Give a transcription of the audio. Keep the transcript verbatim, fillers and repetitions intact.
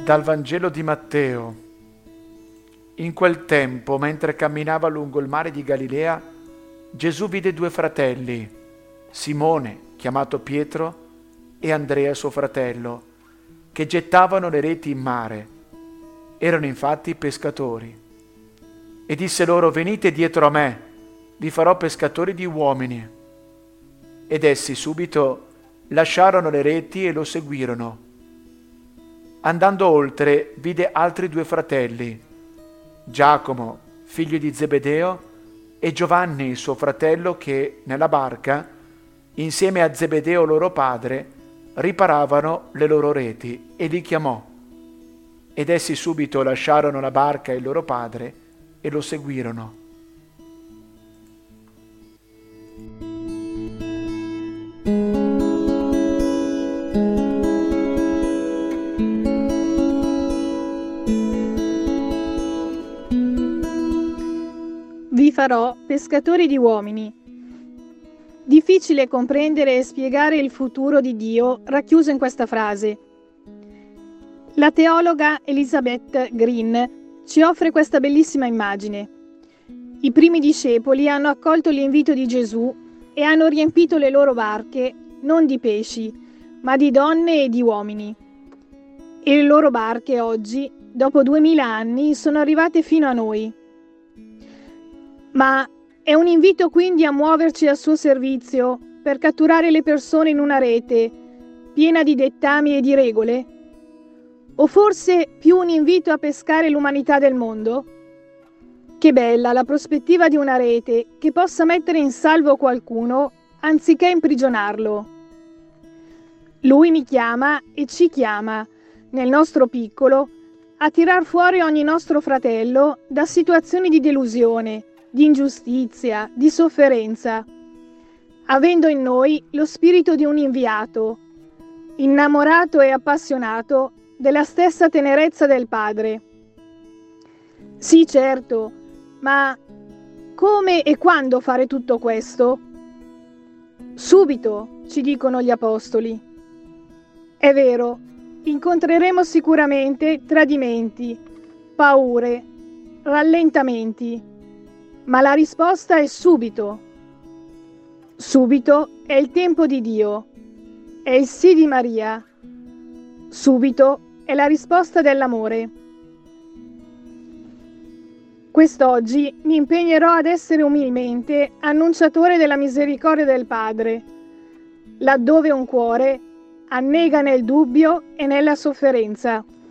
Dal Vangelo di Matteo. In quel tempo, mentre camminava lungo il mare di Galilea, Gesù vide due fratelli, Simone, chiamato Pietro, e Andrea suo fratello, che gettavano le reti in mare. Erano infatti pescatori. E disse loro: venite dietro a me, vi farò pescatori di uomini. Ed essi subito lasciarono le reti e lo seguirono. Andando oltre, vide altri due fratelli, Giacomo, figlio di Zebedeo, e Giovanni, suo fratello, che nella barca, insieme a Zebedeo loro padre, riparavano le loro reti, e li chiamò. Ed essi subito lasciarono la barca e il loro padre e lo seguirono. Vi farò pescatori di uomini. Difficile comprendere e spiegare il futuro di Dio racchiuso in questa frase. La teologa Elizabeth Green ci offre questa bellissima immagine. I primi discepoli hanno accolto l'invito di Gesù e hanno riempito le loro barche non di pesci, ma di donne e di uomini. E le loro barche oggi, dopo duemila anni, sono arrivate fino a noi. Ma è un invito quindi a muoverci al suo servizio per catturare le persone in una rete piena di dettami e di regole? O forse più un invito a pescare l'umanità del mondo? Che bella la prospettiva di una rete che possa mettere in salvo qualcuno anziché imprigionarlo. Lui mi chiama e ci chiama, nel nostro piccolo, a tirar fuori ogni nostro fratello da situazioni di delusione, di ingiustizia, di sofferenza, avendo in noi lo spirito di un inviato, innamorato e appassionato della stessa tenerezza del Padre. Sì, certo, ma come e quando fare tutto questo? Subito, ci dicono gli Apostoli. È vero, incontreremo sicuramente tradimenti, paure, rallentamenti, ma la risposta è subito. Subito è il tempo di Dio, è il sì di Maria. Subito è la risposta dell'amore. Quest'oggi mi impegnerò ad essere umilmente annunciatore della misericordia del Padre, laddove un cuore annega nel dubbio e nella sofferenza.